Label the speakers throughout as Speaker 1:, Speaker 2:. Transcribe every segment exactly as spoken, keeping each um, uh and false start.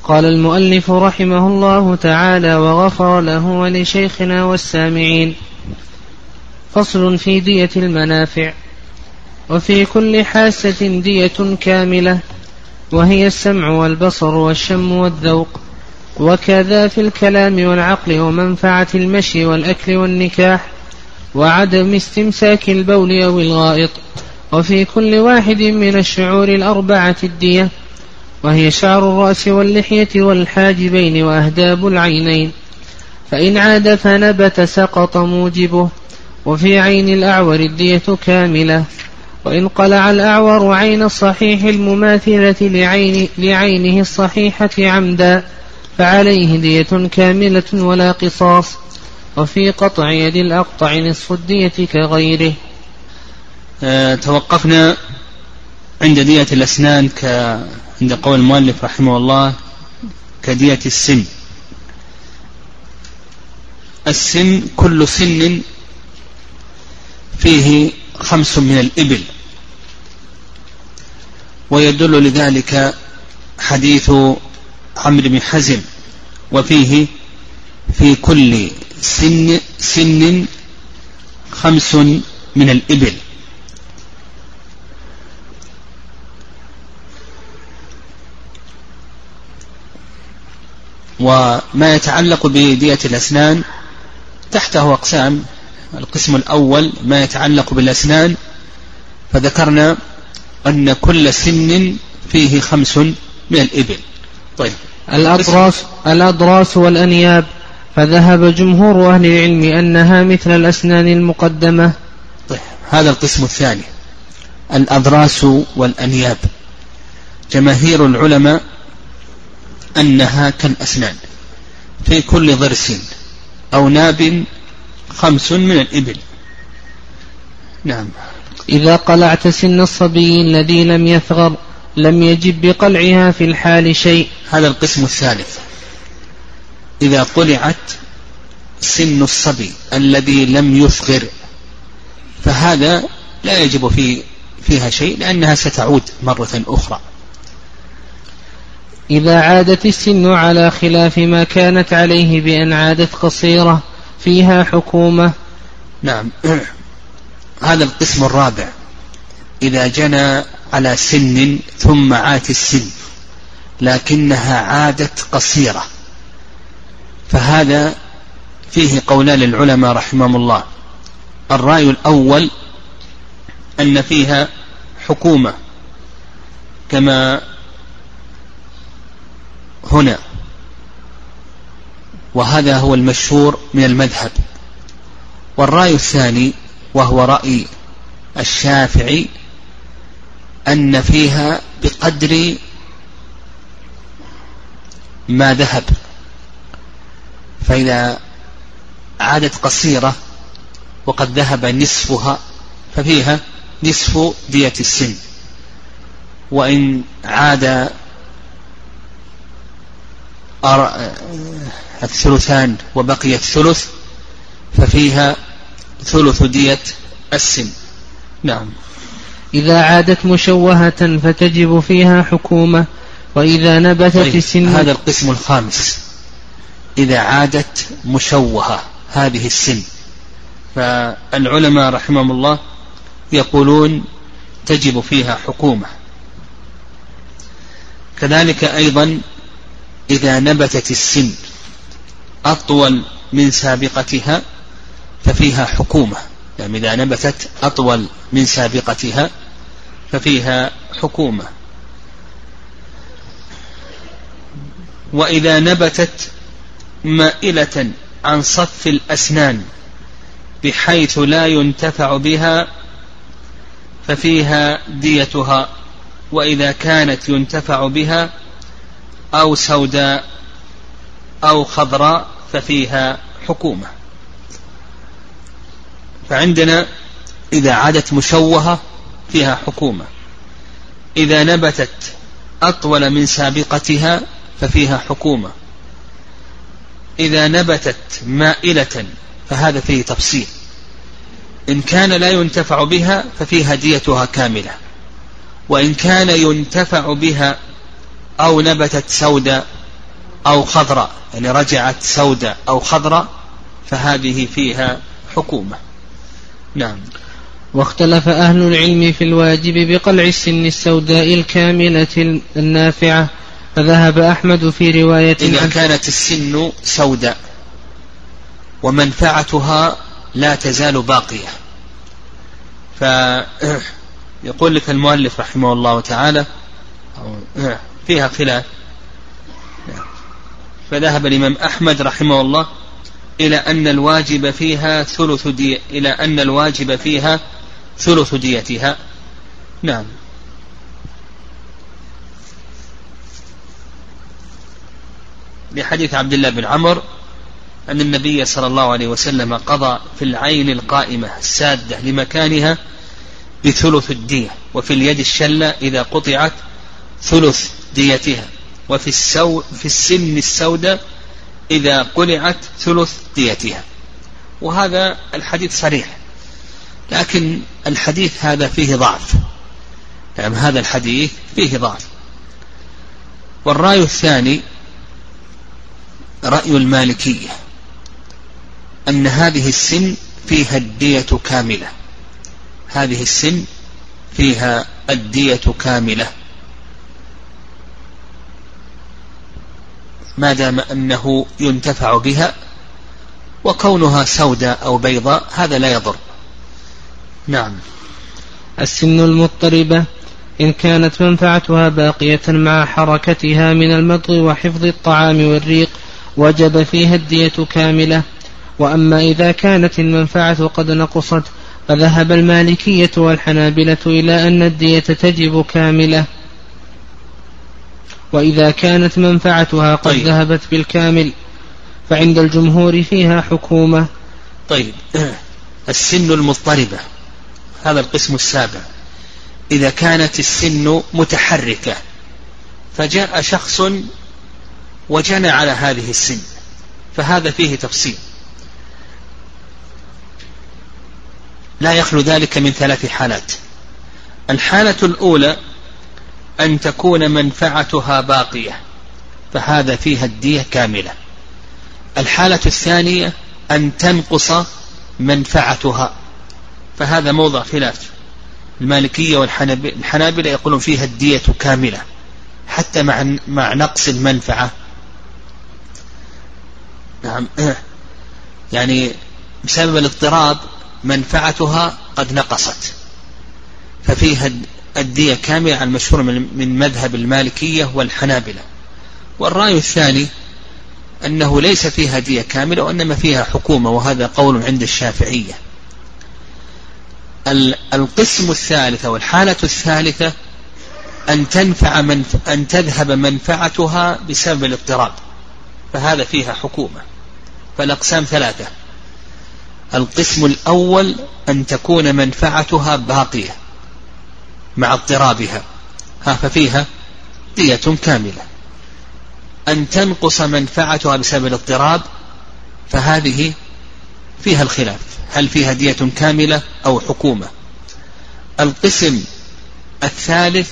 Speaker 1: قال المؤلف رحمه الله تعالى وغفر له ولشيخنا والسامعين. فصل في دية المنافع. وفي كل حاسة دية كاملة، وهي السمع والبصر والشم والذوق، وكذا في الكلام والعقل ومنفعة المشي والأكل والنكاح وعدم استمساك البول أو الغائط. وفي كل واحد من الشعور الأربعة الدية، وهي شعر الرأس واللحية والحاجبين وأهداب العينين، فإن عاد فنبت سقط موجبه. وفي عين الأعور الدية كاملة، وإن قلع الأعور عين الصحيح المماثلة لعين لعينه الصحيحة عمدا فعليه دية كاملة ولا قصاص. وفي قطع يد الأقطع نصف الدية كغيره.
Speaker 2: أه توقفنا عند دية الأسنان ك... عند قول المؤلف رحمه الله كدية السن. السن كل سن فيه خمس من الإبل، ويدل لذلك حديث عمرو بن حزم وفيه في كل سن سن خمس من الإبل. وما يتعلق بدية الأسنان تحته أقسام. القسم الأول ما يتعلق بالأسنان، فذكرنا أن كل سن فيه خمس من الإبل. طيب،
Speaker 1: الأضراس, الأضراس والأنياب، فذهب جمهور أهل العلم أنها مثل الأسنان المقدمة.
Speaker 2: طيب، هذا القسم الثاني الأضراس والأنياب. جماهير العلماء أنها كالأسنان، في كل ضرس أو ناب خمس من الإبل. نعم.
Speaker 1: إذا قلعت سن الصبي الذي لم يثغر لم يجب بقلعها في الحال شيء.
Speaker 2: هذا القسم الثالث. إذا قلعت سن الصبي الذي لم يثغر فهذا لا يجب في فيها شيء، لأنها ستعود مرة أخرى.
Speaker 1: إذا عادت السن على خلاف ما كانت عليه بأن عادت قصيرة فيها حكومة.
Speaker 2: نعم. هذا القسم الرابع. إذا جنى على سن ثم عات السن لكنها عادت قصيرة، فهذا فيه قولان للعلماء رحمهم الله. الرأي الأول أن فيها حكومة كما هنا، وهذا هو المشهور من المذهب. والرأي الثاني وهو رأي الشافعي أن فيها بقدر ما ذهب، فإذا عادت قصيرة وقد ذهب نصفها ففيها نصف دية السن، وإن عاد الثلثان وبقي الثلث ففيها ثلث دية السن. نعم.
Speaker 1: إذا عادت مشوهة فتجب فيها حكومة، وإذا نبتت
Speaker 2: طيب،
Speaker 1: السن.
Speaker 2: هذا القسم الخامس. إذا عادت مشوهة هذه السن، فالعلماء رحمهم الله يقولون تجب فيها حكومة. كذلك أيضا إذا نبتت السن أطول من سابقتها ففيها حكومة. يعني إذا نبتت أطول من سابقتها ففيها حكومة. وإذا نبتت مائلة عن صف الأسنان بحيث لا ينتفع بها ففيها ديتها، وإذا كانت ينتفع بها أو سوداء أو خضراء ففيها حكومة. فعندنا إذا عادت مشوهة فيها حكومة، إذا نبتت أطول من سابقتها ففيها حكومة، إذا نبتت مائلة فهذا فيه تفصيل. إن كان لا ينتفع بها ففيها ديتها كاملة، وإن كان ينتفع بها أو نبتت سوداء أو خضراء، يعني رجعت سوداء أو خضراء، فهذه فيها حكومة. نعم.
Speaker 1: واختلف أهل العلم في الواجب بقلع السن السوداء الكاملة النافعة، فذهب أحمد في رواية
Speaker 2: إذا كانت السن سوداء ومنفعتها لا تزال باقية، فيقول لك المؤلف رحمه الله تعالى فيها خلاف، فذهب الإمام أحمد رحمه الله إلى أن الواجب فيها ثلث دي إلى أن الواجب فيها ثلث ديتها. نعم. لحديث عبد الله بن عمرو أن النبي صلى الله عليه وسلم قضى في العين القائمة السادة لمكانها بثلث الدية، وفي اليد الشلة إذا قطعت ثلث ديتها، وفي السو في السن السوداء إذا قلعت ثلث ديتها. وهذا الحديث صريح، لكن الحديث هذا فيه ضعف، يعني هذا الحديث فيه ضعف. والرأي الثاني رأي المالكية، أن هذه السن فيها الدية كاملة، هذه السن فيها الدية كاملة ما دام أنه ينتفع بها، وكونها سوداء أو بيضاء هذا لا يضر. نعم.
Speaker 1: السن المضطربة إن كانت منفعتها باقية مع حركتها من المضغ وحفظ الطعام والريق وجب فيها الدية كاملة. وأما إذا كانت المنفعة قد نقصت فذهب المالكية والحنابلة إلى أن الدية تجب كاملة، وإذا كانت منفعتها قد طيب. ذهبت بالكامل فعند الجمهور فيها حكومة.
Speaker 2: طيب. السن المضطربة هذا القسم السابع، إذا كانت السن متحركة فجاء شخص وجنى على هذه السن، فهذا فيه تفصيل، لا يخلو ذلك من ثلاث حالات. الحالة الأولى أن تكون منفعتها باقية، فهذا فيها الدية كاملة. الحالة الثانية أن تنقص منفعتها، فهذا موضع خلاف، المالكية والحنابلة يقولون فيها الدية كاملة حتى مع مع نقص المنفعة. نعم. يعني بسبب الاضطراب منفعتها قد نقصت، ففيها الدية كاملة على المشهور من مذهب المالكية والحنابلة. والرأي الثاني أنه ليس فيها دية كاملة وإنما فيها حكومة، وهذا قول عند الشافعية. القسم الثالث والحالة الثالثة أن تنفع منف... أن تذهب منفعتها بسبب الاضطراب، فهذا فيها حكومة. فالأقسام ثلاثة: القسم الأول أن تكون منفعتها باقية مع اضطرابها، ها ففيها دية كاملة. أن تنقص منفعتها بسبب الاضطراب، فهذه فيها الخلاف، هل فيها دية كاملة أو حكومة. القسم الثالث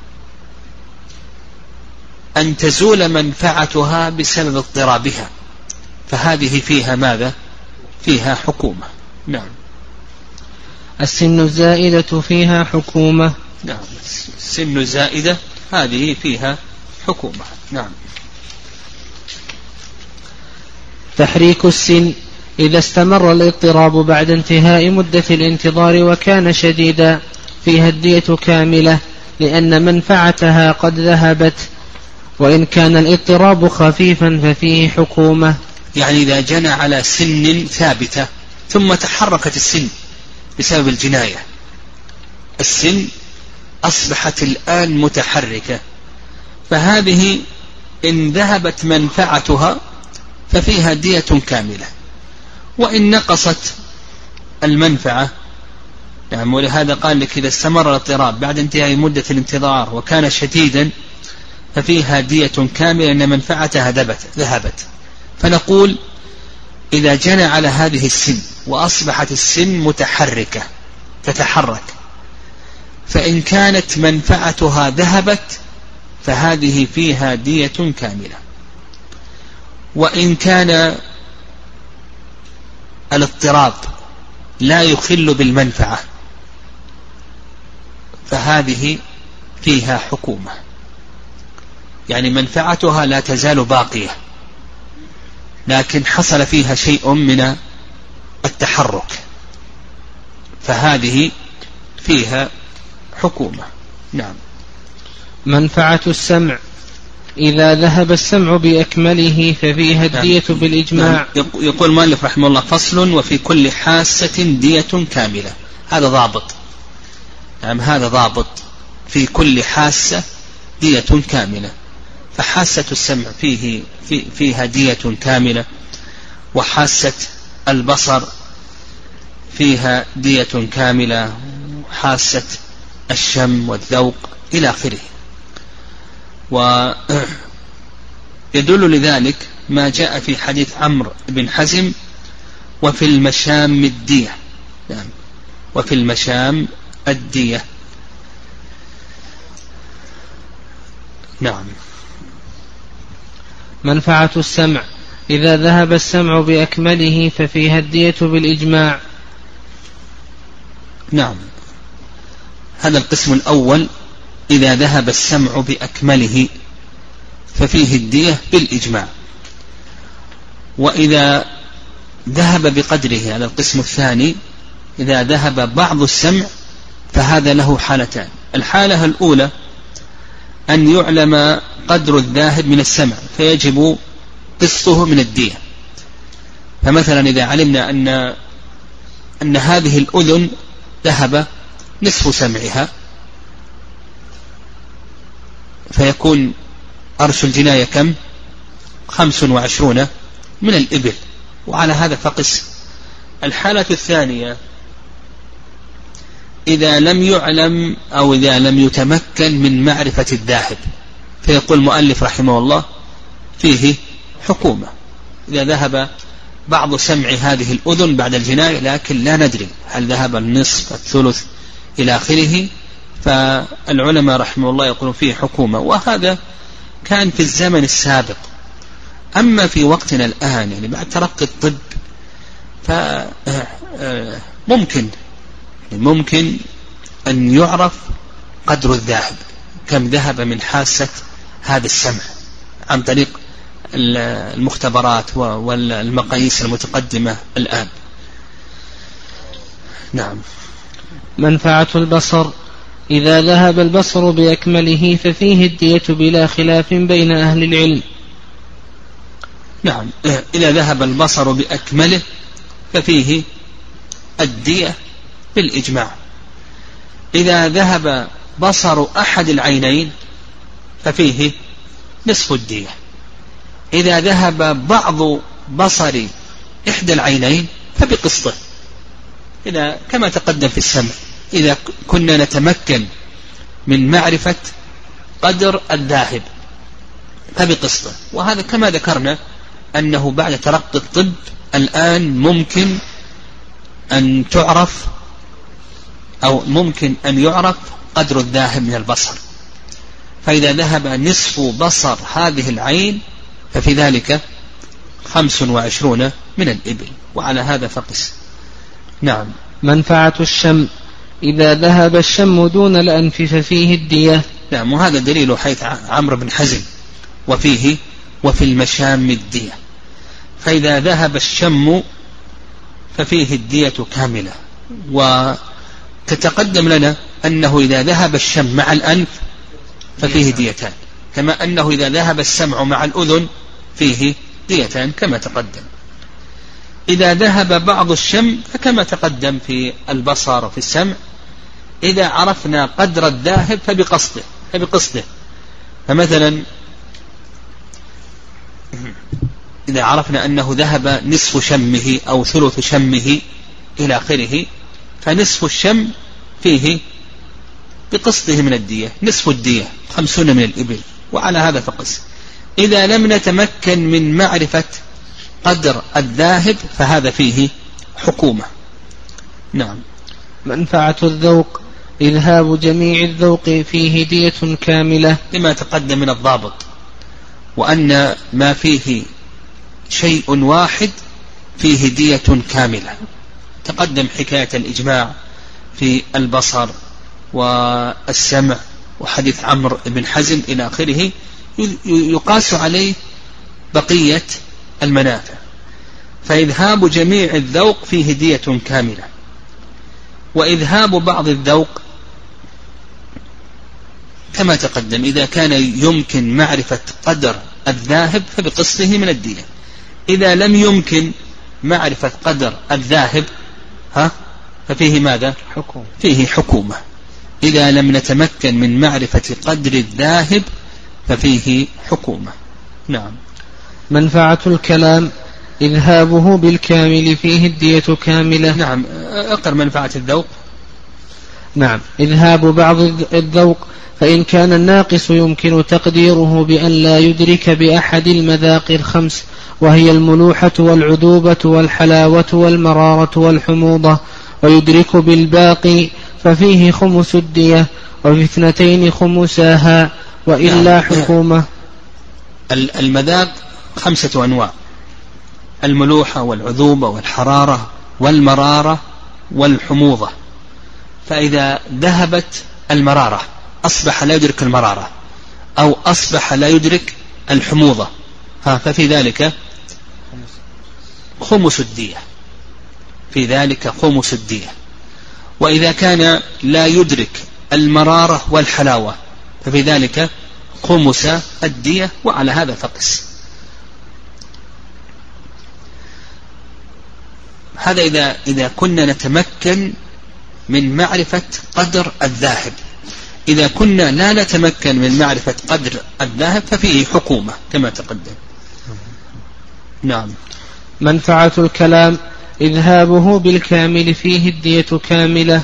Speaker 2: أن تزول منفعتها بسبب اضطرابها، فهذه فيها ماذا؟ فيها حكومة. نعم.
Speaker 1: السن الزائدة فيها حكومة.
Speaker 2: نعم. السن الزائدة هذه فيها حكومة. نعم.
Speaker 1: تحريك السن إذا استمر الاضطراب بعد انتهاء مدة الانتظار وكان شديدا فيها الدية كاملة، لأن منفعتها قد ذهبت، وإن كان الاضطراب خفيفا ففيه حكومة.
Speaker 2: يعني إذا جنى على سن ثابتة ثم تحركت السن بسبب الجناية، السن أصبحت الآن متحركة، فهذه إن ذهبت منفعتها ففيها دية كاملة، وإن نقصت المنفعة. يعني ولهذا قال لك إذا استمر الاضطراب بعد انتهاء مدة الانتظار وكان شديدا ففيها دية كاملة أن منفعتها ذهبت. فنقول إذا جنى على هذه السن وأصبحت السن متحركة تتحرك، فإن كانت منفعتها ذهبت فهذه فيها دية كاملة. وإن كان الاضطراب لا يخل بالمنفعة فهذه فيها حكومة، يعني منفعتها لا تزال باقية لكن حصل فيها شيء من التحرك فهذه فيها حكومة. نعم.
Speaker 1: منفعة السمع إذا ذهب السمع بأكمله ففيها الدية نعم. بالإجماع.
Speaker 2: نعم. يقول المؤلف رحمه الله: فصل: وفي كل حاسة دية كاملة. هذا ضابط، نعم هذا ضابط، في كل حاسة دية كاملة. فحاسة السمع فيه في فيها دية كاملة، وحاسة البصر فيها دية كاملة، وحاسة الشم والذوق إلى آخره. ويدل لذلك ما جاء في حديث عمرو بن حزم: وفي المشام الدية. نعم. وفي المشام الدية. نعم.
Speaker 1: منفعة السمع إذا ذهب السمع بأكمله ففيها الدية بالإجماع.
Speaker 2: نعم. هذا القسم الأول: إذا ذهب السمع بأكمله ففيه الدية بالإجماع. وإذا ذهب بقدره، هذا القسم الثاني: إذا ذهب بعض السمع فهذا له حالتان. الحالة الأولى أن يعلم قدر الذاهب من السمع فيجب قسطه من الدية. فمثلا إذا علمنا أن أن هذه الأذن ذهب نصف سمعها فيكون أرش الجناية كم؟ خمس وعشرون من الإبل، وعلى هذا فقس. الحالة الثانية: إذا لم يعلم أو إذا لم يتمكن من معرفة الذاهب، فيقول المؤلف رحمه الله: فيه حكومة. إذا ذهب بعض سمع هذه الأذن بعد الجناية لكن لا ندري هل ذهب النصف الثلث إلى آخره، فالعلماء رحمه الله يقولون فيه حكومة. وهذا كان في الزمن السابق. أما في وقتنا الآن يعني بعد ترقي الطب فممكن ممكن أن يعرف قدر الذاهب كم ذهب من حاسة هذا السمع عن طريق المختبرات والمقاييس المتقدمة الآن. نعم.
Speaker 1: منفعة البصر إذا ذهب البصر بأكمله ففيه الدية بلا خلاف بين أهل العلم.
Speaker 2: نعم. إذا ذهب البصر بأكمله ففيه الدية بالإجماع. إذا ذهب بصر أحد العينين ففيه نصف الدية. إذا ذهب بعض بصر إحدى العينين فبقسطه. إذا كما تقدم في السمع، إذا كنا نتمكن من معرفة قدر الذاهب فبقسطه. وهذا كما ذكرنا أنه بعد ترقي الطب الآن ممكن أن تعرف أو ممكن أن يعرف قدر الذاهب من البصر. فإذا ذهب نصف بصر هذه العين ففي ذلك خمس وعشرون من الإبل، وعلى هذا فقس. نعم.
Speaker 1: منفعة الشم إذا ذهب الشم دون الأنف ففيه الدية.
Speaker 2: نعم. وهذا دليل حيث عمرو بن حزم: وفيه وفي المشام الدية. فإذا ذهب الشم ففيه الدية كاملة. وتتقدم لنا أنه إذا ذهب الشم مع الأنف ففيه ديتان، كما أنه إذا ذهب السمع مع الأذن فيه ديتان كما تقدم. إذا ذهب بعض الشم فكما تقدم في البصر وفي السمع، إذا عرفنا قدر الذاهب فبقسطه فبقسطه فمثلا إذا عرفنا أنه ذهب نصف شمه أو ثلث شمه إلى آخره فنصف الشم فيه بقسطه من الدية، نصف الدية خمسون من الإبل، وعلى هذا فقس. إذا لم نتمكن من معرفة قدر الذاهب فهذا فيه حكومة. نعم.
Speaker 1: منفعة الذوق إذهاب جميع الذوق فيه دية كاملة،
Speaker 2: لما تقدم من الضابط، وأن ما فيه شيء واحد فيه دية كاملة. تقدم حكاية الإجماع في البصر والسمع وحديث عمرو بن حزم إلى آخره، يقاس عليه بقية المنافع. فإذهاب جميع الذوق فيه دية كاملة، وإذهاب بعض الذوق كما تقدم إذا كان يمكن معرفة قدر الذاهب فبقسطه من الدية. إذا لم يمكن معرفة قدر الذاهب ها ففيه ماذا؟
Speaker 1: حكومة. فيه
Speaker 2: حكومة. إذا لم نتمكن من معرفة قدر الذاهب ففيه حكومة. نعم.
Speaker 1: منفعة الكلام إذهابه بالكامل فيه الدية كاملة.
Speaker 2: نعم. أقر منفعة الذوق.
Speaker 1: نعم. إذهاب بعض الذوق، فإن كان الناقص يمكن تقديره بأن لا يدرك بأحد المذاق الخمس، وهي الملوحة والعذوبة والحلاوة والمرارة والحموضة، ويدرك بالباقي ففيه خمس الدية، وفي اثنتين خمساها، وإلا حكومة.
Speaker 2: المذاق خمسة أنواع: الملوحة والعذوبة والحرارة والمرارة والحموضة. فإذا ذهبت المرارة أصبح لا يدرك المرارة، أو أصبح لا يدرك الحموضة، ها ففي ذلك خمس الدية. في ذلك خمس الدية. وإذا كان لا يدرك المرارة والحلاوة ففي ذلك خمس الدية، وعلى هذا فقس. هذا إذا, إذا كنا نتمكن من معرفة قدر الذاهب. إذا كنا لا نتمكن من معرفة قدر الذاهب ففيه حكومة كما تقدم. نعم.
Speaker 1: منفعة الكلام إذهابه بالكامل فيه الدية كاملة.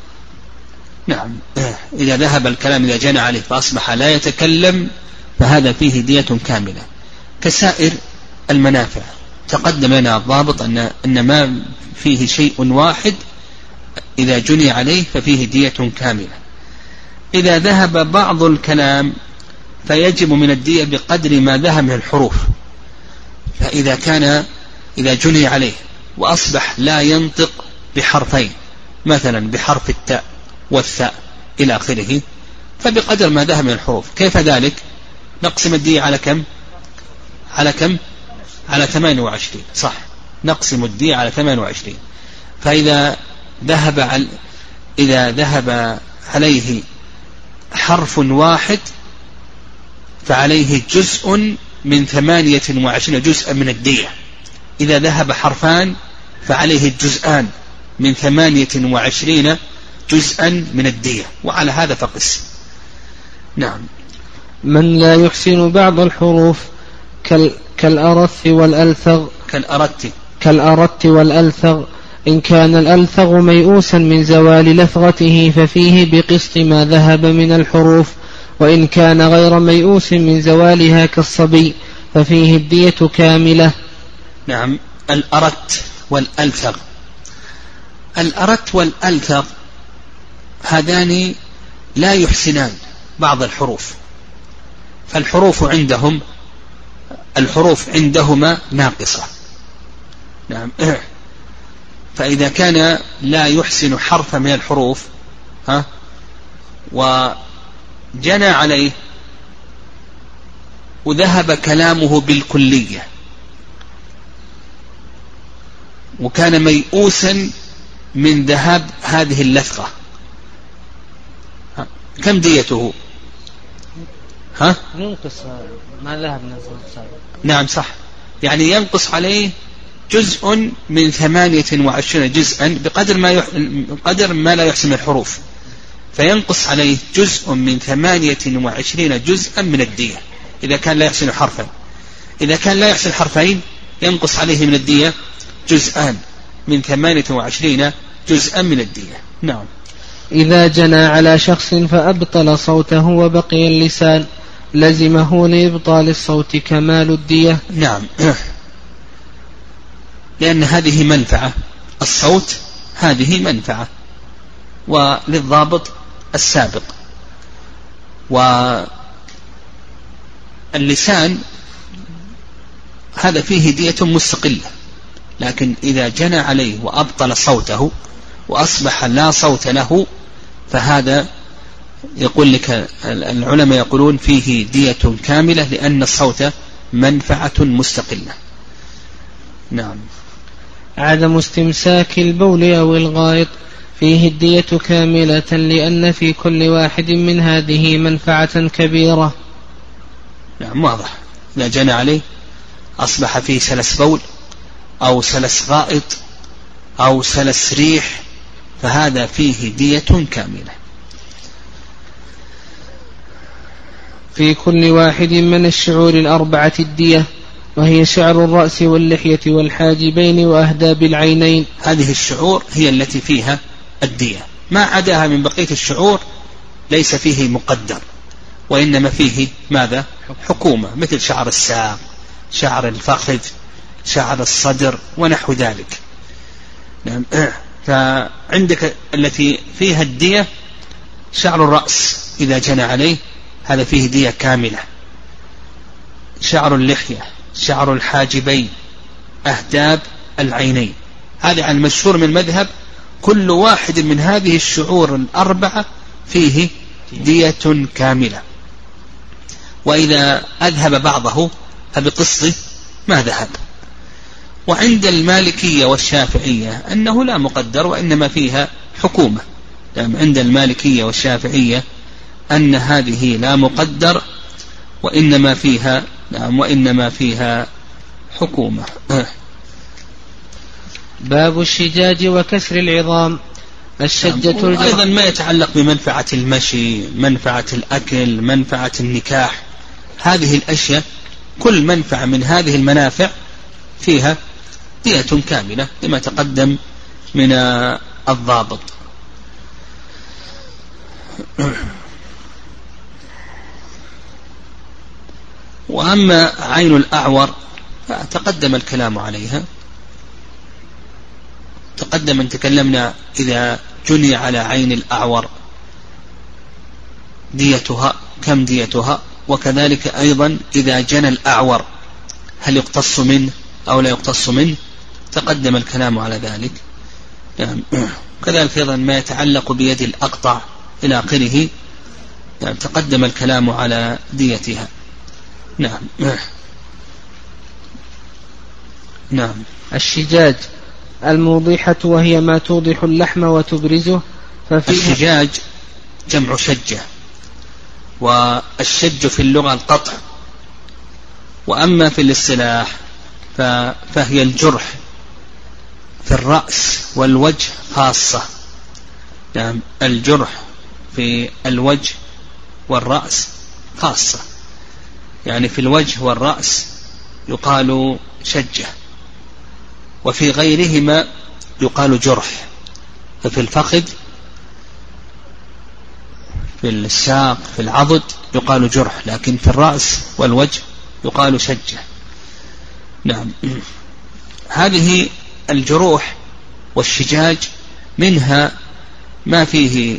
Speaker 2: نعم. إذا ذهب الكلام إذا جنى عليه فأصبح لا يتكلم فهذا فيه دية كاملة. كسائر المنافع تقدم لنا الضابط أن, أن ما فيه شيء واحد إذا جني عليه ففيه دية كاملة. إذا ذهب بعض الكلام فيجب من الدية بقدر ما ذهب من الحروف. فإذا كان إذا جني عليه وأصبح لا ينطق بحرفين، مثلا بحرف التاء والثاء إلى آخره، فبقدر ما ذهب من الحروف. كيف ذلك؟ نقسم الدية على كم؟ على كم؟ على ثمانية وعشرين. صح، نقسم الدية على ثمانية وعشرين. فإذا ذهب عل... إذا ذهب عليه حرف واحد فعليه جزء من ثمانية وعشرين جزءا من الدية. إذا ذهب حرفان فعليه الجزءان من ثمانية وعشرين جزءا من الدية، وعلى هذا فقس. نعم.
Speaker 1: من لا يحسن بعض الحروف كال... كالأرث والألثغ
Speaker 2: كالأرث
Speaker 1: كالأرث والألثغ إن كان الألثغ ميؤوسا من زوال لثغته ففيه بقسط ما ذهب من الحروف، وإن كان غير ميؤوس من زوالها كالصبي ففيه الدية كاملة.
Speaker 2: نعم. الأرث والألثغ الأرث والألثغ هذان لا يحسنان بعض الحروف، فالحروف عندهم الحروف عندهما ناقصة. نعم. فإذا كان لا يحسن حرفا من الحروف ها وجنى عليه وذهب كلامه بالكلية وكان ميؤوسا من ذهاب هذه اللثغة، كم ديته؟ ها؟
Speaker 1: ينقص ما ذهب من الصوت.
Speaker 2: نعم صح، يعني ينقص عليه جزء من ثمانية وعشرين جزءا بقدر ما يح... قدر ما لا يحسن الحروف، فينقص عليه جزء من ثمانية وعشرين جزءا من الدية إذا كان لا يحسن حرفا. إذا كان لا يحسن حرفين ينقص عليه من الدية جزءان من ثمانية وعشرين جزءا من الدية. نعم.
Speaker 1: إذا جنى على شخص فأبطل صوته وبقي اللسان لزمه لإبطال الصوت كمال الدية.
Speaker 2: نعم، لأن هذه منفعة، الصوت هذه منفعة، وللضابط السابق. واللسان هذا فيه دية مستقلة. لكن إذا جنى عليه وأبطل صوته وأصبح لا صوت له فهذا يقول لك العلماء يقولون فيه دية كاملة لأن الصوت منفعة مستقلة. نعم.
Speaker 1: عدم استمساك البول أو الغائط فيه الدية كاملة لأن في كل واحد من هذه منفعة كبيرة.
Speaker 2: نعم واضح. إذا جنى عليه أصبح فيه سلس بول أو سلس غائط أو سلس ريح فهذا فيه دية كاملة.
Speaker 1: في كل واحد من الشعور الأربعة الدية، وهي شعر الرأس واللحية والحاجبين وأهداب العينين.
Speaker 2: هذه الشعور هي التي فيها الدية، ما عداها من بقية الشعور ليس فيه مقدر، وإنما فيه ماذا؟ حكومة، مثل شعر الساق، شعر الفخذ، شعر الصدر ونحو ذلك. فعندك التي فيها الدية شعر الرأس إذا جنى عليه هذا فيه دية كاملة، شعر اللحية، شعر الحاجبين، أهداب العينين. هذا عن المشهور من المذهب كل واحد من هذه الشعور الأربعة فيه دية كاملة، وإذا أذهب بعضه فبقسط ما ذهب. وعند المالكية والشافعية أنه لا مقدر وإنما فيها حكومة. يعني عند المالكية والشافعية أن هذه لا مقدر وإنما فيها نعم وإنما فيها حكومة.
Speaker 1: باب الشجاج وكسر العظام. الشجة
Speaker 2: نعم. أيضا ما يتعلق بمنفعة المشي، منفعة الأكل، منفعة النكاح، هذه الأشياء كل منفعة من هذه المنافع فيها دية كاملة لما تقدم من الضابط. وأما عين الأعور فتقدم الكلام عليها، تقدم أن تكلمنا إذا جني على عين الأعور ديتها كم ديتها، وكذلك أيضا إذا جنى الأعور هل يقتص منه أو لا يقتص منه، تقدم الكلام على ذلك. يعني كذلك أيضا ما يتعلق بيد الأقطع إلى آخره، يعني تقدم الكلام على ديتها. نعم. نعم.
Speaker 1: الشجاج الموضحة وهي ما توضح اللحم وتبرزه.
Speaker 2: الشجاج جمع شجة، والشج في اللغة القطع، وأما في الاصطلاح فهي الجرح في الرأس والوجه خاصة. يعني الجرح في الوجه والرأس خاصة، يعني في الوجه والرأس يقال شجة، وفي غيرهما يقال جرح. ففي الفخذ، في الساق، في العضد يقال جرح، لكن في الرأس والوجه يقال شجة. نعم. هذه الجروح والشجاج منها ما فيه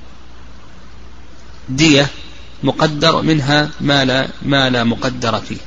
Speaker 2: دية مقدر، ومنها ما لا, ما لا مقدر فيه.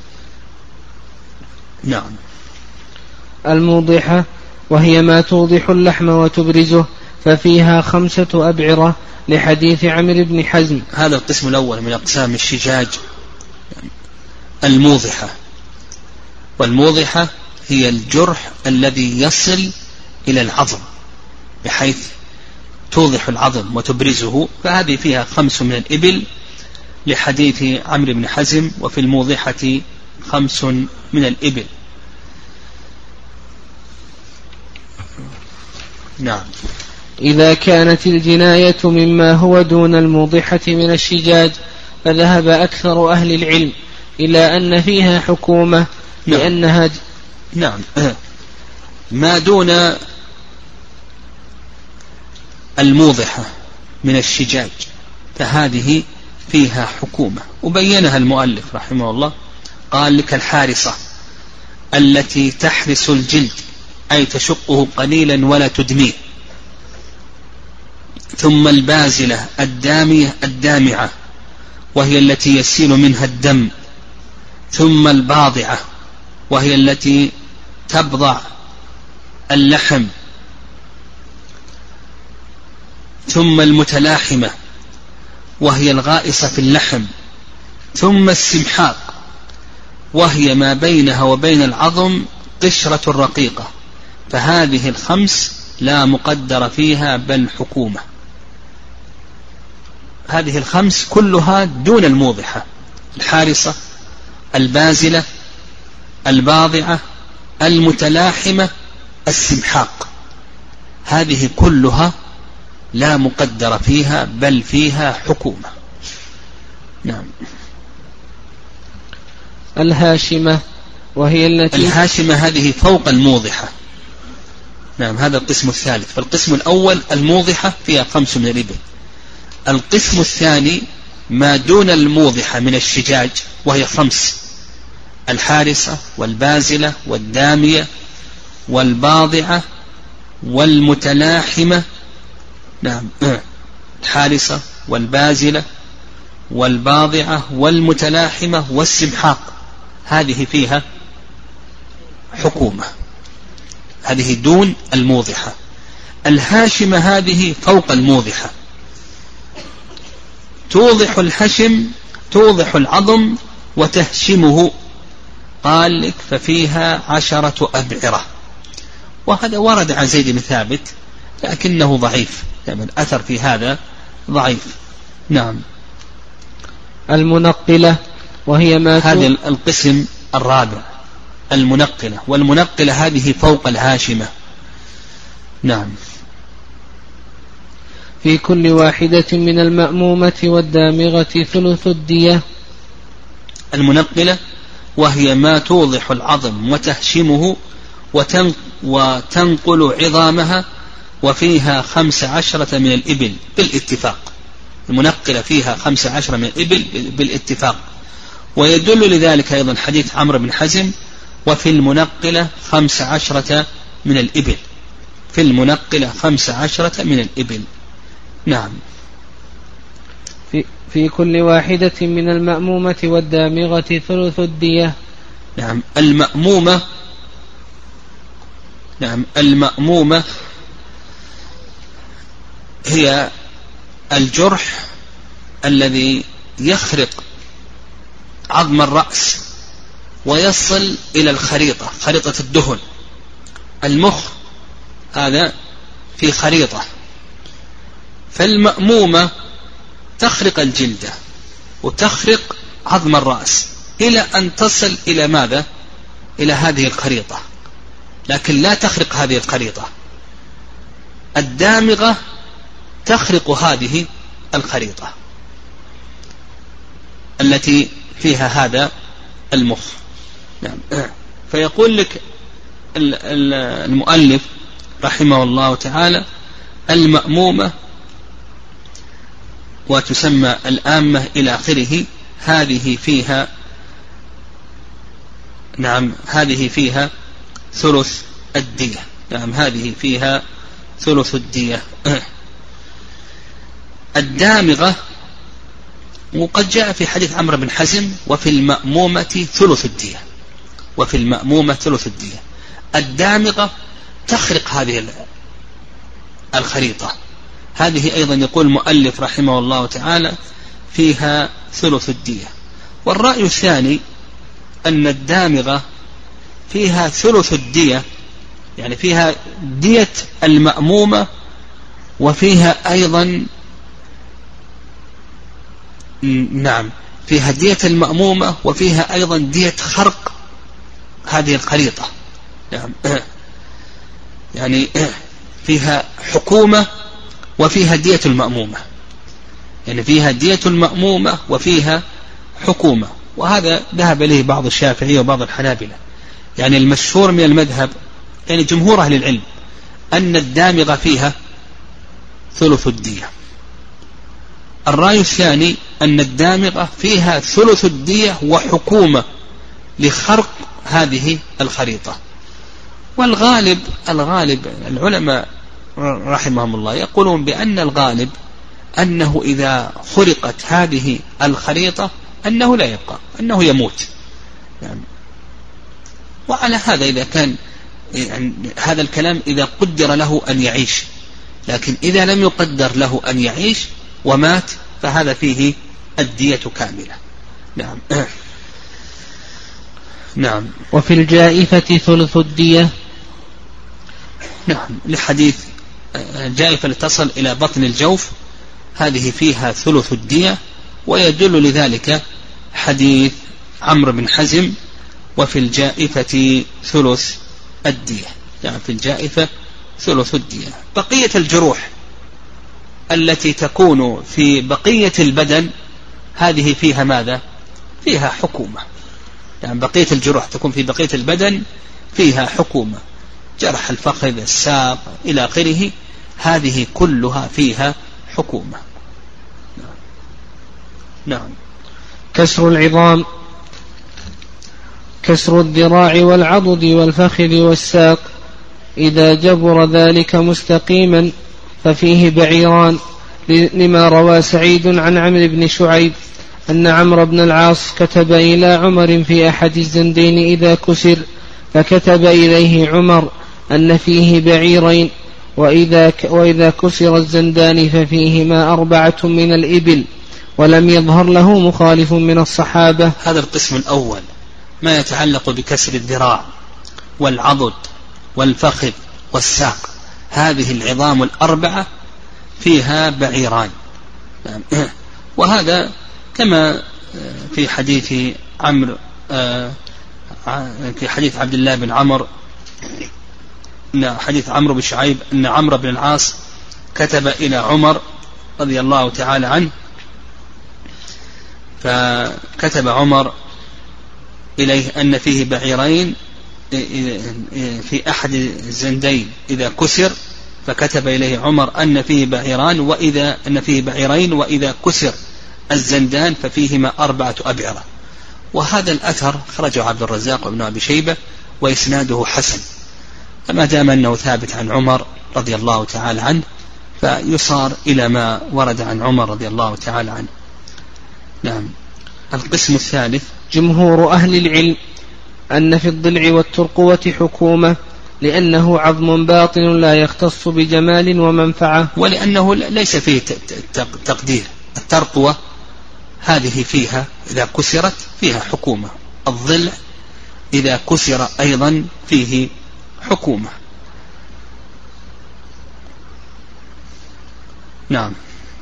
Speaker 2: نعم.
Speaker 1: الموضحة وهي ما توضح اللحم وتبرزه، ففيها خمسة أبعرة لحديث عمرو بن حزم.
Speaker 2: هذا القسم الأول من أقسام الشجاج الموضحة. والموضحة هي الجرح الذي يصل إلى العظم بحيث توضح العظم وتبرزه، فهذه فيها خمس من الإبل لحديث عمرو بن حزم، وفي الموضحة خمس من الإبل. نعم.
Speaker 1: إذا كانت الجناية مما هو دون الموضحة من الشجاج فذهب أكثر أهل العلم إلى أن فيها حكومة، لأنها ج...
Speaker 2: نعم. ما دون الموضحة من الشجاج فهذه فيها حكومة، وبينها المؤلف رحمه الله، قال لك الحارصة التي تحرس الجلد أي تشقه قليلا ولا تدميه، ثم البازلة الدامية الدامعة وهي التي يسيل منها الدم، ثم الباضعة وهي التي تبضع اللحم، ثم المتلاحمة وهي الغائصة في اللحم، ثم السمحاق وهي ما بينها وبين العظم قشرة رقيقة. فهذه الخمس لا مقدر فيها بل حكومة. هذه الخمس كلها دون الموضحة: الحارصة، البازلة، الباضعة، المتلاحمة، السمحاق. هذه كلها لا مقدر فيها بل فيها حكومة. نعم.
Speaker 1: الهاشمة وهي التي
Speaker 2: الهاشمة هذه فوق الموضحة. نعم، هذا القسم الثالث. فالقسم الأول الموضحة فيها خمس من الإبل. القسم الثاني ما دون الموضحة من الشجاج وهي خمس: الحارسة والبازلة والدامية والباضعة والمتلاحمة. نعم، الحارسة والبازلة والباضعة والمتلاحمة والسمحاق. هذه فيها حكومة، هذه دون الموضحة. الهاشمة هذه فوق الموضحة، توضح الحشم، توضح العظم وتهشمه. قال لك ففيها عشرة أبعرة. وهذا ورد عن زيد بن ثابت لكنه ضعيف، يعني الأثر في هذا ضعيف. نعم.
Speaker 1: المنقلة وهي ما
Speaker 2: هذا القسم الرابع، المنقلة. والمنقلة هذه فوق الهاشمة. نعم.
Speaker 1: في كل واحدة من المأمومة والدامغة ثلث الدية.
Speaker 2: المنقلة وهي ما توضح العظم وتهشمه وتنقل عظامها، وفيها خمس عشرة من الإبل بالاتفاق. المنقلة فيها خمس عشرة من الإبل بالاتفاق. ويدل لذلك أيضا حديث عمرو بن حزم: وفي المنقلة خمس عشرة من الإبل. في المنقلة خمس عشرة من الإبل. نعم.
Speaker 1: في, في كل واحدة من المأمومة والدامغة ثلث الدية.
Speaker 2: نعم. المأمومة نعم المأمومة هي الجرح الذي يخرق عظم الرأس ويصل إلى الخريطة، خريطة الدهن. المخ هذا في خريطة، فالمأمومة تخرق الجلد وتخرق عظم الرأس إلى أن تصل إلى ماذا؟ إلى هذه الخريطة، لكن لا تخرق هذه الخريطة. الدامغة تخرق هذه الخريطة التي فيها هذا المخ. نعم. فيقول لك المؤلف رحمه الله تعالى: المأمومة وتسمى الآمة إلى آخره، هذه فيها نعم هذه فيها ثلث الدية. نعم، هذه فيها ثلث الدية. الدامغة وقد جاء في حديث عمرو بن حزم: وفي المأمومة ثلث الدية. وفي المأمومة ثلث الدية. الدامغة تخرق هذه الخريطة. هذه أيضا يقول المؤلف رحمه الله تعالى: فيها ثلث الدية. والرأي الثاني أن الدامغة فيها ثلث الدية، يعني فيها دية المأمومة وفيها أيضا نعم فيها دية المأمومة وفيها أيضا دية خرق هذه الخريطة. نعم. يعني فيها حكومة وفيها دية المأمومة، يعني فيها دية المأمومة وفيها حكومة. وهذا ذهب إليه بعض الشافعية وبعض الحنابلة. يعني المشهور من المذهب، يعني جمهور أهل العلم، أن الدامغة فيها ثلث الدية. الرأي الثاني أن الدامغة فيها ثلث الدية وحكومة لخرق هذه الخريطة. والغالب الغالب العلماء رحمهم الله يقولون بأن الغالب أنه إذا خرقت هذه الخريطة أنه لا يبقى، أنه يموت. يعني وعلى هذا إذا كان يعني هذا الكلام إذا قدر له أن يعيش، لكن إذا لم يقدر له أن يعيش ومات فهذا فيه الدية كاملة. نعم. نعم.
Speaker 1: وفي الجائفة ثلث الدية.
Speaker 2: نعم، لحديث الجائفة لتصل إلى بطن الجوف هذه فيها ثلث الدية، ويدل لذلك حديث عمرو بن حزم وفي الجائفة ثلث الدية. يعني في الجائفة ثلث الدية. بقية الجروح التي تكون في بقية البدن هذه فيها ماذا؟ فيها حكومة. يعني بقية الجروح تكون في بقية البدن فيها حكومة، جرح الفخذ الساق إلى آخره، هذه كلها فيها حكومة. نعم.
Speaker 1: كسر العظام. كسر الذراع والعضد والفخذ والساق إذا جبر ذلك مستقيما ففيه بعيران، لما روى سعيد عن عمرو بن شعيب أن عمرو بن العاص كتب إلى عمر في أحد الزندين إذا كسر، فكتب إليه عمر أن فيه بعيرين، وإذا, وإذا كسر الزندان ففيهما أربعة من الإبل، ولم يظهر له مخالف من الصحابة.
Speaker 2: هذا القسم الأول ما يتعلق بكسر الذراع والعضد والفخذ والساق، هذه العظام الأربعة فيها بعيران. وهذا كما في حديث عمرو في حديث عبد الله بن عمرو حديث عمرو بن شعيب أن عمرو بن العاص كتب إلى عمر رضي الله تعالى عنه، فكتب عمر إليه أن فيه بعيرين في أحد الزندين إذا كسر، فكتب إليه عمر أن فيه بعيران وإذا أن فيه بعيرين وإذا كسر الزندان ففيهما أربعة أبعرة. وهذا الأثر خرجه عبد الرزاق وابن أبي شيبة وإسناده حسن، فما دام أنه ثابت عن عمر رضي الله تعالى عنه فيصار إلى ما ورد عن عمر رضي الله تعالى عنه. نعم. القسم الثالث.
Speaker 1: جمهور أهل العلم أن في الضلع والترقوة حكومة، لأنه عظم باطن لا يختص بجمال ومنفعة،
Speaker 2: ولأنه ليس فيه تقدير. الترقوة هذه فيها إذا كسرت فيها حكومة، الضلع إذا كسر أيضا فيه حكومة. نعم.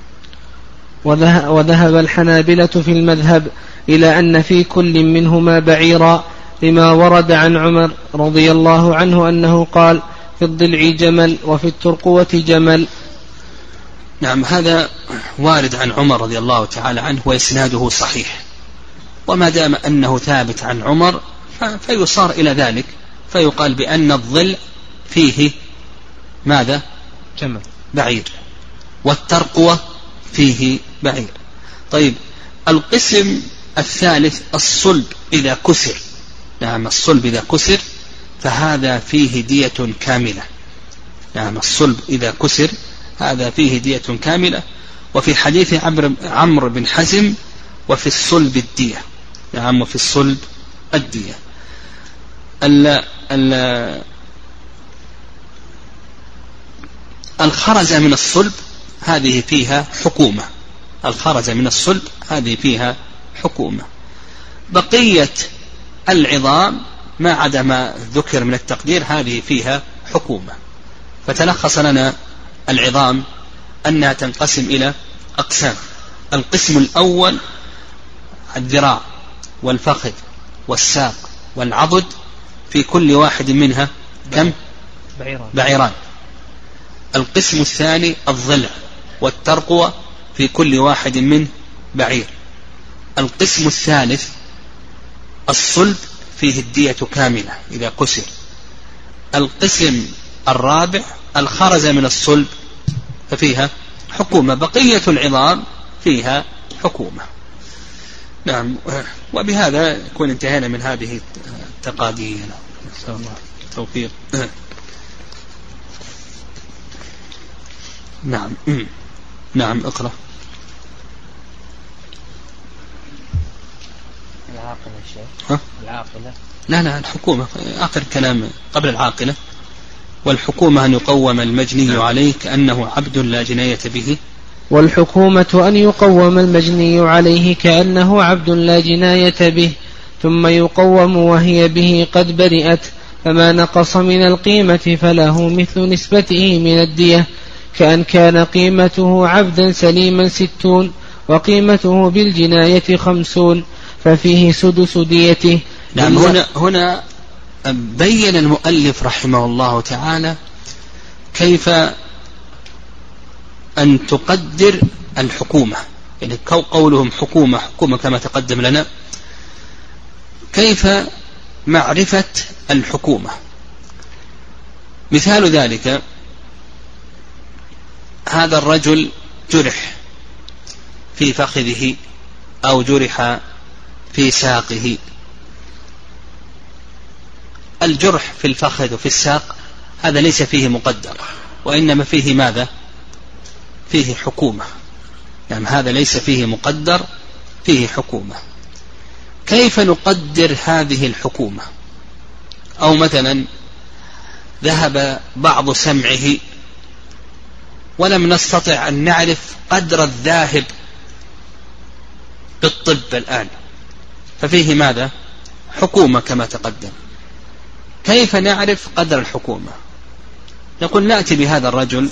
Speaker 1: وذهب الحنابلة في المذهب إلى أن في كل منهما بعيرا، لما ورد عن عمر رضي الله عنه أنه قال في الضلع جمل وفي الترقوة جمل.
Speaker 2: نعم، هذا وارد عن عمر رضي الله تعالى عنه وإسناده صحيح، وما دام أنه ثابت عن عمر فيصار إلى ذلك، فيقال بأن الضلع فيه ماذا؟
Speaker 1: جمل
Speaker 2: بعير، والترقوة فيه بعير. طيب، القسم الثالث الصلب إذا كسر. نعم، الصلب إذا كسر فهذا فيه دية كاملة. نعم، الصلب إذا كسر هذا فيه دية كاملة. وفي حديث عمرو بن حزم وفي الصلب الدية. نعم، وفي الصلب الدية. ال ال الخرزة من الصلب هذه فيها حكومة. الخرزة من الصلب هذه فيها حكومة. بقية العظام ما عدا ما ذكر من التقدير هذه فيها حكومة. فتلخص لنا العظام أنها تنقسم إلى أقسام. القسم الأول الذراع والفخذ والساق والعضد، في كل واحد منها كم؟
Speaker 1: بعيران.
Speaker 2: بعيران. القسم الثاني الضلع والترقوة، في كل واحد منه بعير. القسم الثالث الصلب، فيه الدية كاملة إذا كسر. القسم الرابع الخرزة من الصلب ففيها حكومة. بقية العظام فيها حكومة. نعم. وبهذا يكون انتهينا من هذه التقادير. نسأل الله التوفيق. نعم. نعم، اقرأ.
Speaker 1: العاقل
Speaker 2: ها؟ العاقلة لا لا الحكومة آخر كلام قبل العاقلة. والحكومة أن يقوم المجني عليه كأنه عبد لا جناية به.
Speaker 1: والحكومة أن يقوم المجني عليه كأنه عبد لا جناية به ثم يقوم وهي به قد برئت، فما نقص من القيمة فله مثل نسبته من الدية، كأن كان قيمته عبدا سليما ستون وقيمته بالجناية خمسون ففيه سدس ديته.
Speaker 2: نعم. هنا, هنا بين المؤلف رحمه الله تعالى كيف أن تقدر الحكومة، يعني قولهم حكومة حكومة كما تقدم لنا، كيف معرفة الحكومة. مثال ذلك هذا الرجل جرح في فخذه أو جرح في ساقه. الجرح في الفخذ وفي الساق هذا ليس فيه مقدر، وإنما فيه ماذا؟ فيه حكومة. يعني هذا ليس فيه مقدر، فيه حكومة. كيف نقدر هذه الحكومة؟ أو مثلا ذهب بعض سمعه ولم نستطع أن نعرف قدر الذاهب بالطب الآن، ففيه ماذا؟ حكومة كما تقدم. كيف نعرف قدر الحكومة؟ نقول نأتي بهذا الرجل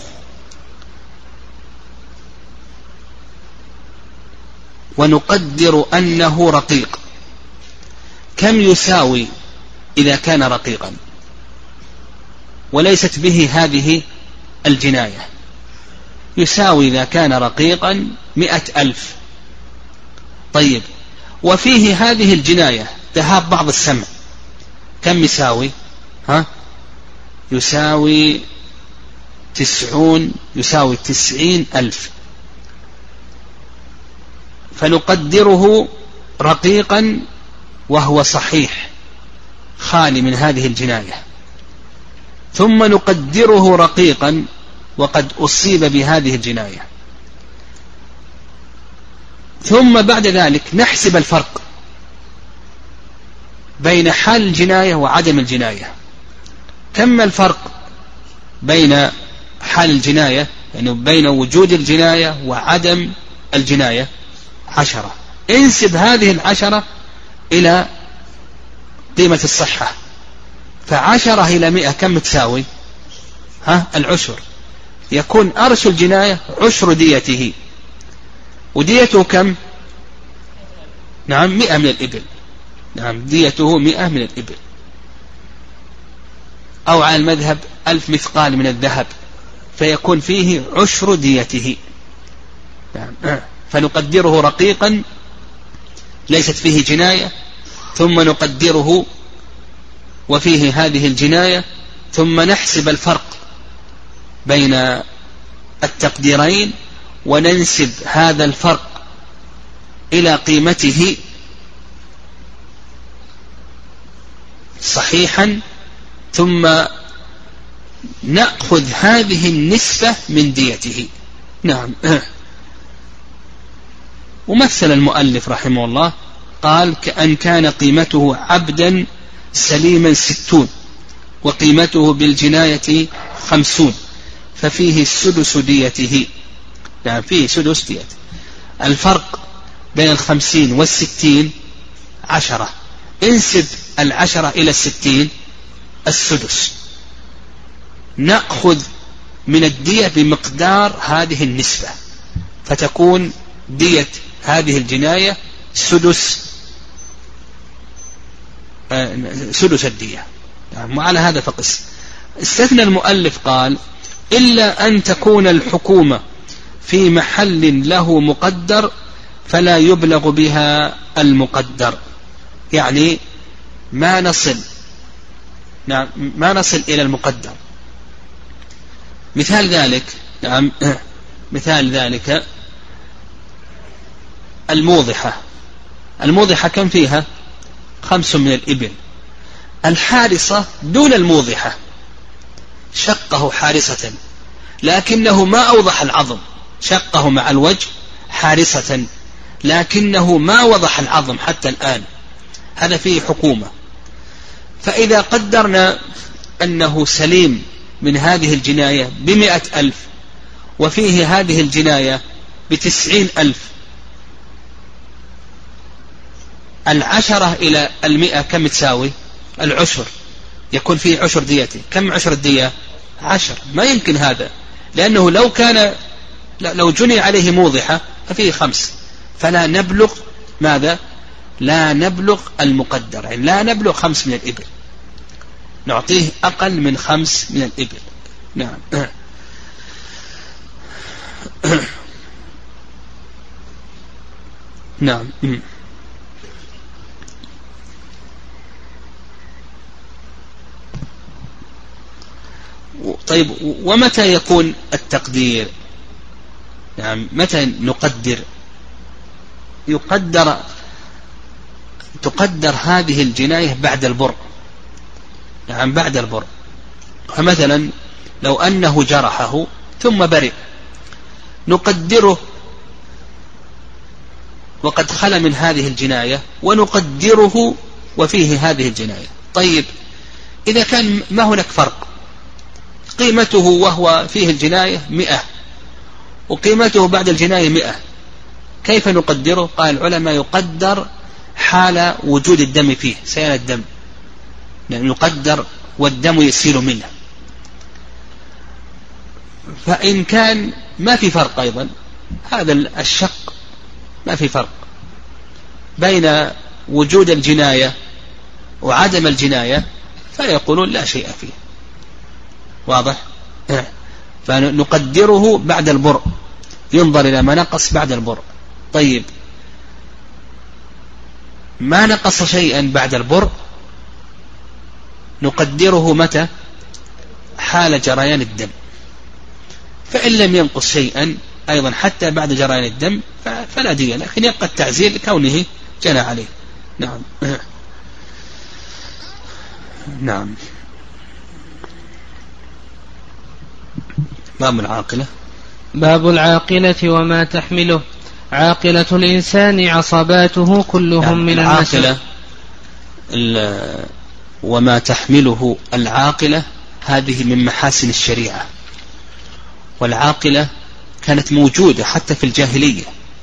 Speaker 2: ونقدر أنه رقيق. كم يساوي إذا كان رقيقا وليست به هذه الجناية؟ يساوي إذا كان رقيقا مئة ألف. طيب، وفيه هذه الجناية ذهاب بعض السمع، كم يساوي؟ ها؟ يساوي تسعون يساوي تسعين ألف. فنقدره رقيقا وهو صحيح خالي من هذه الجناية، ثم نقدره رقيقا وقد أصيب بهذه الجناية، ثم بعد ذلك نحسب الفرق بين حال الجناية وعدم الجناية. كم الفرق بين حال الجناية، يعني بين وجود الجناية وعدم الجناية؟ عشرة. انسب هذه العشرة إلى قيمة الصحة، فعشرة إلى مئة كم تساوي؟ ها؟ العشر. يكون أرش الجناية عشر ديته، وديته كم؟ نعم مئة من الإبل. نعم ديته مئة من الإبل، أو على المذهب ألف مثقال من الذهب، فيكون فيه عشر ديته. نعم. فنقدره رقيقا ليست فيه جناية، ثم نقدره وفيه هذه الجناية، ثم نحسب الفرق بين التقديرين وننسب هذا الفرق إلى قيمته صحيحا، ثم نأخذ هذه النسبة من ديته. نعم. ومثل المؤلف رحمه الله قال كأن كان قيمته عبدا سليما ستون وقيمته بالجناية خمسون ففيه سدس ديته. نعم فيه سدس ديته. الفرق بين الخمسين والستين عشرة، انسب العشرة إلى الستين السدس، نأخذ من الدية بمقدار هذه النسبة، فتكون دية هذه الجناية سدس سدس الدية. يعني وعلى هذا فقس. استثنى المؤلف قال إلا أن تكون الحكومة في محل له مقدر فلا يبلغ بها المقدر، يعني ما نصل نعم ما نصل إلى المقدر. مثال ذلك نعم مثال ذلك الموضحة. الموضحة كم فيها؟ خمس من الإبل. الحارصة دون الموضحة، شقه حارصة لكنه ما أوضح العظم، شقه مع الوجه حارصة لكنه ما وضح العظم حتى الآن. هذا فيه حكومة. فإذا قدرنا أنه سليم من هذه الجناية بمئة ألف وفيه هذه الجناية بتسعين ألف، العشرة إلى المئة كم تساوي؟ العشر، يكون فيه عشر ديته. كم عشر الدية؟ عشر. ما يمكن هذا، لأنه لو كان لو جني عليه موضحة ففيه خمس، فلا نبلغ ماذا؟ لا نبلغ المقدر، يعني لا نبلغ خمس من الإبل، نعطيه أقل من خمس من الإبل. نعم. نعم. طيب، ومتى يكون التقدير؟ يعني متى نقدر؟ يقدر تقدر هذه الجناية بعد البر، يعني بعد البر. فمثلا لو أنه جرحه ثم برئ، نقدره وقد خلى من هذه الجناية، ونقدره وفيه هذه الجناية. طيب، إذا كان ما هناك فرق، قيمته وهو فيه الجناية مئة وقيمته بعد الجناية مئة، كيف نقدره؟ قال العلماء يقدر حال وجود الدم فيه، سيال الدم، يعني يقدر والدم يسيل منه. فإن كان ما في فرق أيضا، هذا الشق ما في فرق بين وجود الجناية وعدم الجناية، فيقولون لا شيء فيه. واضح؟ فنقدره بعد البر، ينظر إلى ما نقص بعد البر. طيب، ما نقص شيئا بعد البر نقدره متى؟ حال جريان الدم. فإن لم ينقص شيئا أيضا حتى بعد جريان الدم فلا دية، لكن يبقى التعزير لكونه جنى عليه. نعم. نعم. باب العاقلة.
Speaker 1: باب العاقلة وما تحمله. عاقلة الإنسان عصباته كلهم يعني من
Speaker 2: العاقلة وما تحمله. العاقلة هذه من محاسن الشريعة، والعاقلة كانت موجودة حتى في الجاهلية،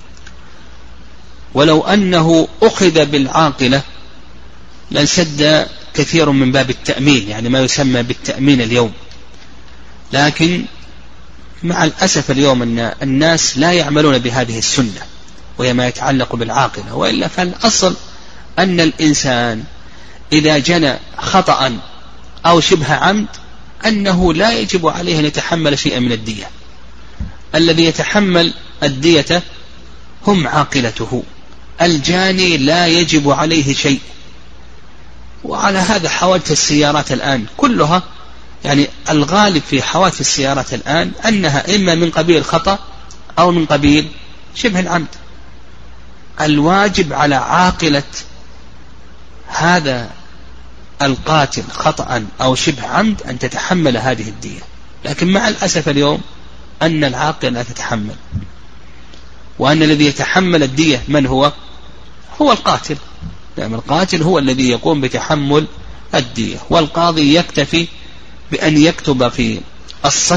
Speaker 2: ولو أنه أخذ بالعاقلة لانسد كثير من باب التأمين، يعني ما يسمى بالتأمين اليوم. لكن مع الأسف اليوم أن الناس لا يعملون بهذه السنة وهي ما يتعلق بالعاقلة، وإلا فالأصل أن الإنسان إذا جنى خطأ أو شبه عمد أنه لا يجب عليه أن يتحمل شيئا من الدية. الذي يتحمل الدية هم عاقلته، الجاني لا يجب عليه شيء. وعلى هذا حوادث السيارات الآن كلها، يعني الغالب في حوادث السيارات الآن أنها إما من قبيل خطأ أو من قبيل شبه العمد. الواجب على عاقلة هذا القاتل خطأ أو شبه عمد أن تتحمل هذه الدية، لكن مع الأسف اليوم أن العاقل لا تتحمل، وأن الذي يتحمل الدية من هو؟ هو القاتل. يعني القاتل هو الذي يقوم بتحمل الدية، والقاضي يكتفي بأن يكتب في الصك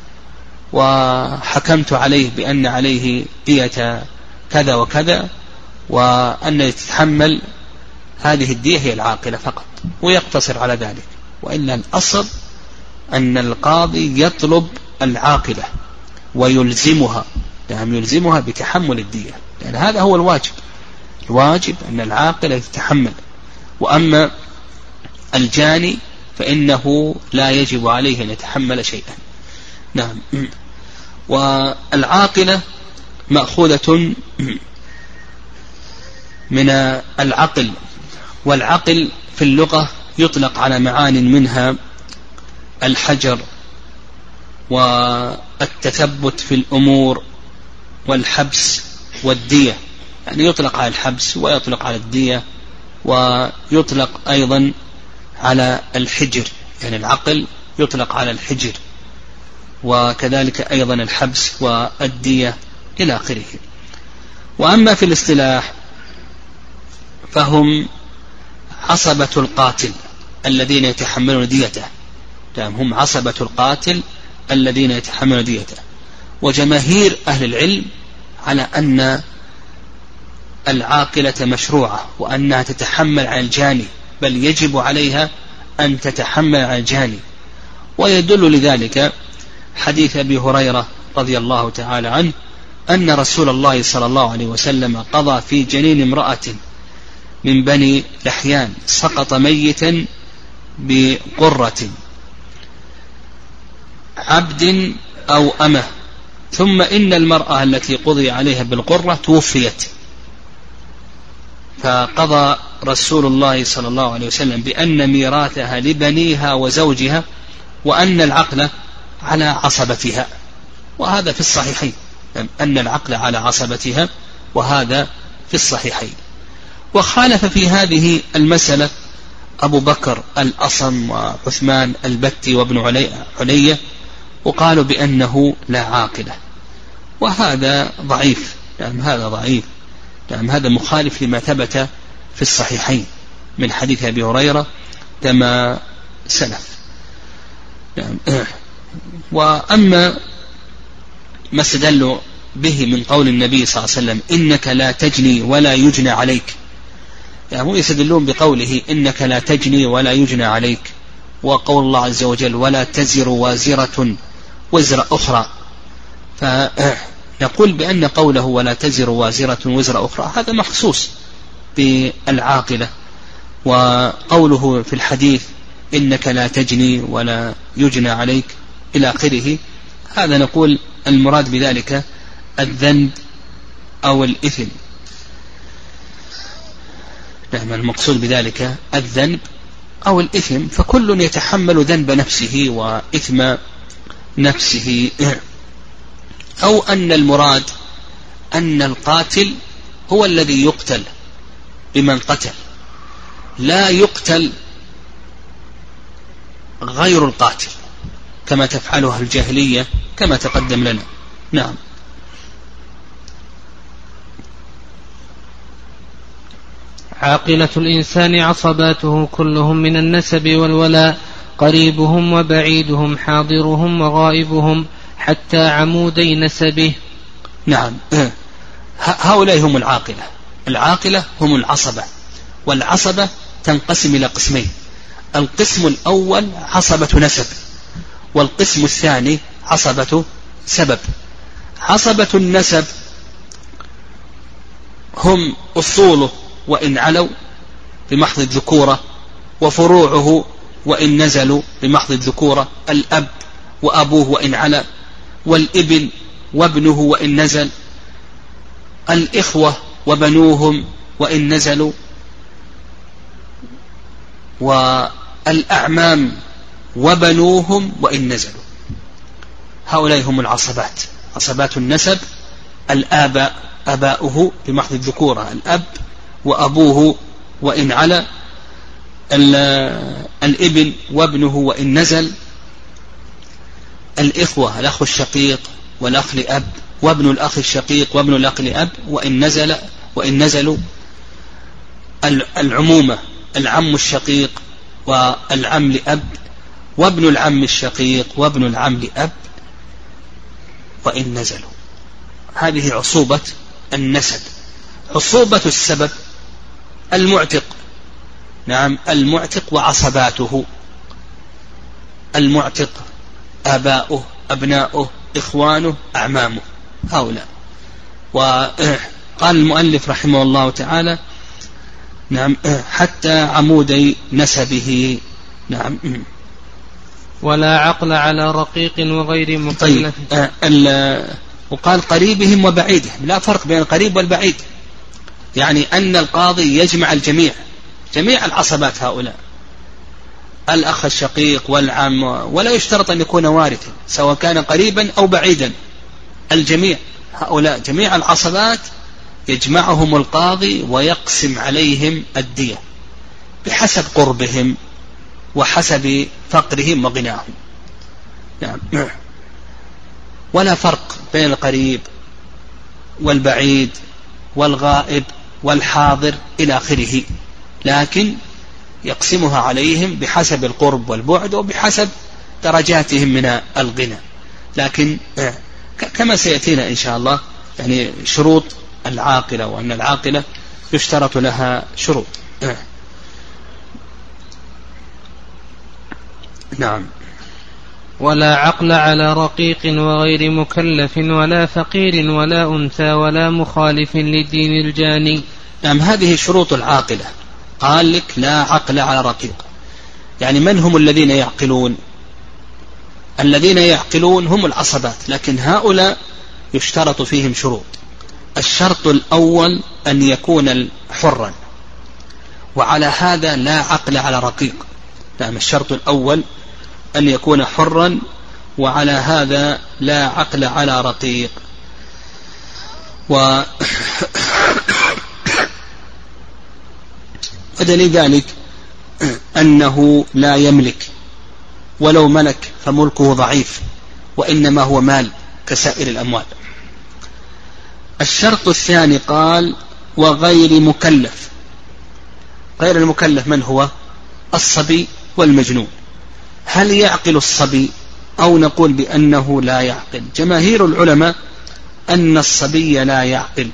Speaker 2: وحكمت عليه بأن عليه دية كذا وكذا، وأن يتحمل هذه الدية هي العاقلة فقط، ويقتصر على ذلك. وإلا الأصل أن القاضي يطلب العاقلة ويلزمها، يعني يلزمها بتحمل الدية، لأن يعني هذا هو الواجب. الواجب أن العاقلة تتحمل، وأما الجاني فإنه لا يجب عليه أن يتحمل شيئا. نعم. والعاقلة مأخوذة من العقل، والعقل في اللغة يطلق على معان منها الحجر والتثبت في الأمور والحبس والدية، يعني يطلق على الحبس ويطلق على الدية ويطلق أيضا على الحجر، يعني العقل يطلق على الحجر وكذلك أيضا الحبس والدية إلى آخره. وأما في الاصطلاح فهم عصبة القاتل الذين يتحملون ديته، هم عصبة القاتل الذين يتحملون ديته. وجماهير أهل العلم على أن العاقلة مشروعة وأنها تتحمل عن الجاني، بل يجب عليها أن تتحمل عن الجاني. ويدل لذلك حديث أبي هريرة رضي الله تعالى عنه أن رسول الله صلى الله عليه وسلم قضى في جنين امرأة من بني لحيان سقط ميتا بقرة عبد أو أمه، ثم إن المرأة التي قضي عليها بالقرة توفيت، فقضى رسول الله صلى الله عليه وسلم بأن ميراثها لبنيها وزوجها، وأن العقل على عصبتها، وهذا في الصحيحين، أن العقل على عصبتها، وهذا في الصحيحين. وخالف في هذه المسألة أبو بكر الأصم وعثمان البتي وابن علية، وقالوا بأنه لا عاقلة، وهذا ضعيف، يعني هذا ضعيف، يعني هذا مخالف لما ثبت في الصحيحين من حديث أبي هريرة كما سلف. يعني وأما ما استدل به من قول النبي صلى الله عليه وسلم إنك لا تجني ولا يجنى عليك، يعني هم يستدلون بقوله إنك لا تجني ولا يجنى عليك، وقول الله عز وجل ولا تزر وازرة وزر أخرى، فيقول بأن قوله ولا تزر وازرة وزر أخرى هذا مخصوص بالعاقلة، وقوله في الحديث إنك لا تجني ولا يجنى عليك إلى آخره، هذا نقول المراد بذلك الذنب أو الإثم. نعم، المقصود بذلك الذنب أو الإثم، فكل يتحمل ذنب نفسه وإثم نفسه، أو أن المراد أن القاتل هو الذي يقتل بمن قتل، لا يقتل غير القاتل كما تفعلها الجاهلية كما تقدم لنا. نعم.
Speaker 1: عاقلة الإنسان عصباته كلهم من النسب والولاء، قريبهم وبعيدهم، حاضرهم وغائبهم، حتى عمودي نسبه.
Speaker 2: نعم، هؤلاء هم العاقلة. العاقلة هم العصبة، والعصبة تنقسم إلى قسمين: القسم الأول عصبة نسب، والقسم الثاني عصبة سبب. عصبة النسب هم أصوله وإن علوا بمحض الذكورة، وفروعه وإن نزلوا بمحض الذكورة، الأب وأبوه وإن علا، والابن وابنه وإن نزل، الإخوة وبنوهم وإن نزلوا، والأعمام وبنوهم وإن نزلوا. هؤلاء هم العصبات، عصبات النسب: الآباء أباؤه بمحض الذكورة، الأب وأبوه وإن علا، الابن وابنه وإن نزل، الإخوة الأخ الشقيق والأخ لأب، وابن الأخ الشقيق وابن الأخ لأب وإن نزل وإن نزلوا، العمومة العم الشقيق والعم لأب، وابن العم الشقيق وابن العم لأب وإن نزلوا. هذه عصوبة النسب. عصوبة السبب المعتق، نعم، المعتق وعصباته: المعتق آباؤه أبناؤه إخوانه أعمامه، هؤلاء. وقال المؤلف رحمه الله تعالى: نعم، حتى عمودي نسبه. نعم.
Speaker 1: ولا عقل على رقيق وغير مكلف.
Speaker 2: طيب. وقال قريبهم وبعيدهم، لا فرق بين القريب والبعيد، يعني أن القاضي يجمع الجميع، جميع العصبات هؤلاء، الأخ الشقيق والعم، ولا يشترط أن يكون وارثا سواء كان قريبا أو بعيدا، الجميع هؤلاء جميع العصبات يجمعهم القاضي ويقسم عليهم الدية بحسب قربهم وحسب فقرهم وغناهم. يعني ولا فرق بين القريب والبعيد والغائب والحاضر إلى آخره، لكن يقسمها عليهم بحسب القرب والبعد وبحسب درجاتهم من الغنى. لكن كما سيأتينا إن شاء الله يعني شروط العاقلة، وأن العاقلة يشترط لها شروط. نعم.
Speaker 1: ولا عقل على رقيق وغير مكلف ولا فقير ولا أنثى ولا مخالف للدين الجاني.
Speaker 2: نعم، هذه شروط العاقلة. قال لك لا عقل على رقيق، يعني من هم الذين يعقلون؟ الذين يعقلون هم العصبات، لكن هؤلاء يشترط فيهم شروط. الشرط الأول أن يكون حرا، وعلى هذا لا عقل على رقيق. نعم، الشرط الأول أن يكون حرا، وعلى هذا لا عقل على رقيق. و ودليل ذلك أنه لا يملك، ولو ملك فملكه ضعيف، وإنما هو مال كسائر الأموال. الشرط الثاني قال وغير مكلف. غير المكلف من هو؟ الصبي والمجنون. هل يعقل الصبي أو نقول بأنه لا يعقل؟ جماهير العلماء أن الصبي لا يعقل،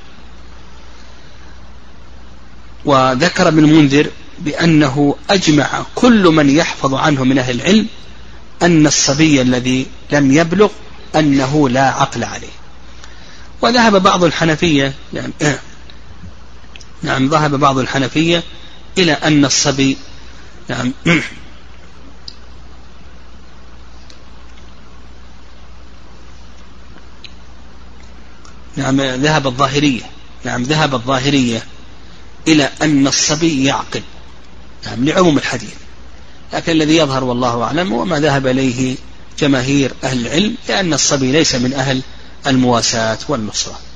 Speaker 2: وذكر ابن المنذر بأنه أجمع كل من يحفظ عنه من أهل العلم أن الصبي الذي لم يبلغ أنه لا عقل عليه. وذهب بعض الحنفية يعني نعم ذهب بعض الحنفية إلى أن الصبي نعم نعم ذهب الظاهرية نعم ذهب الظاهرية إلى أن الصبي يعقل نعم لعموم الحديث، لكن الذي يظهر والله أعلم وما ذهب إليه جماهير أهل العلم، لأن الصبي ليس من أهل المواساة والنصرة.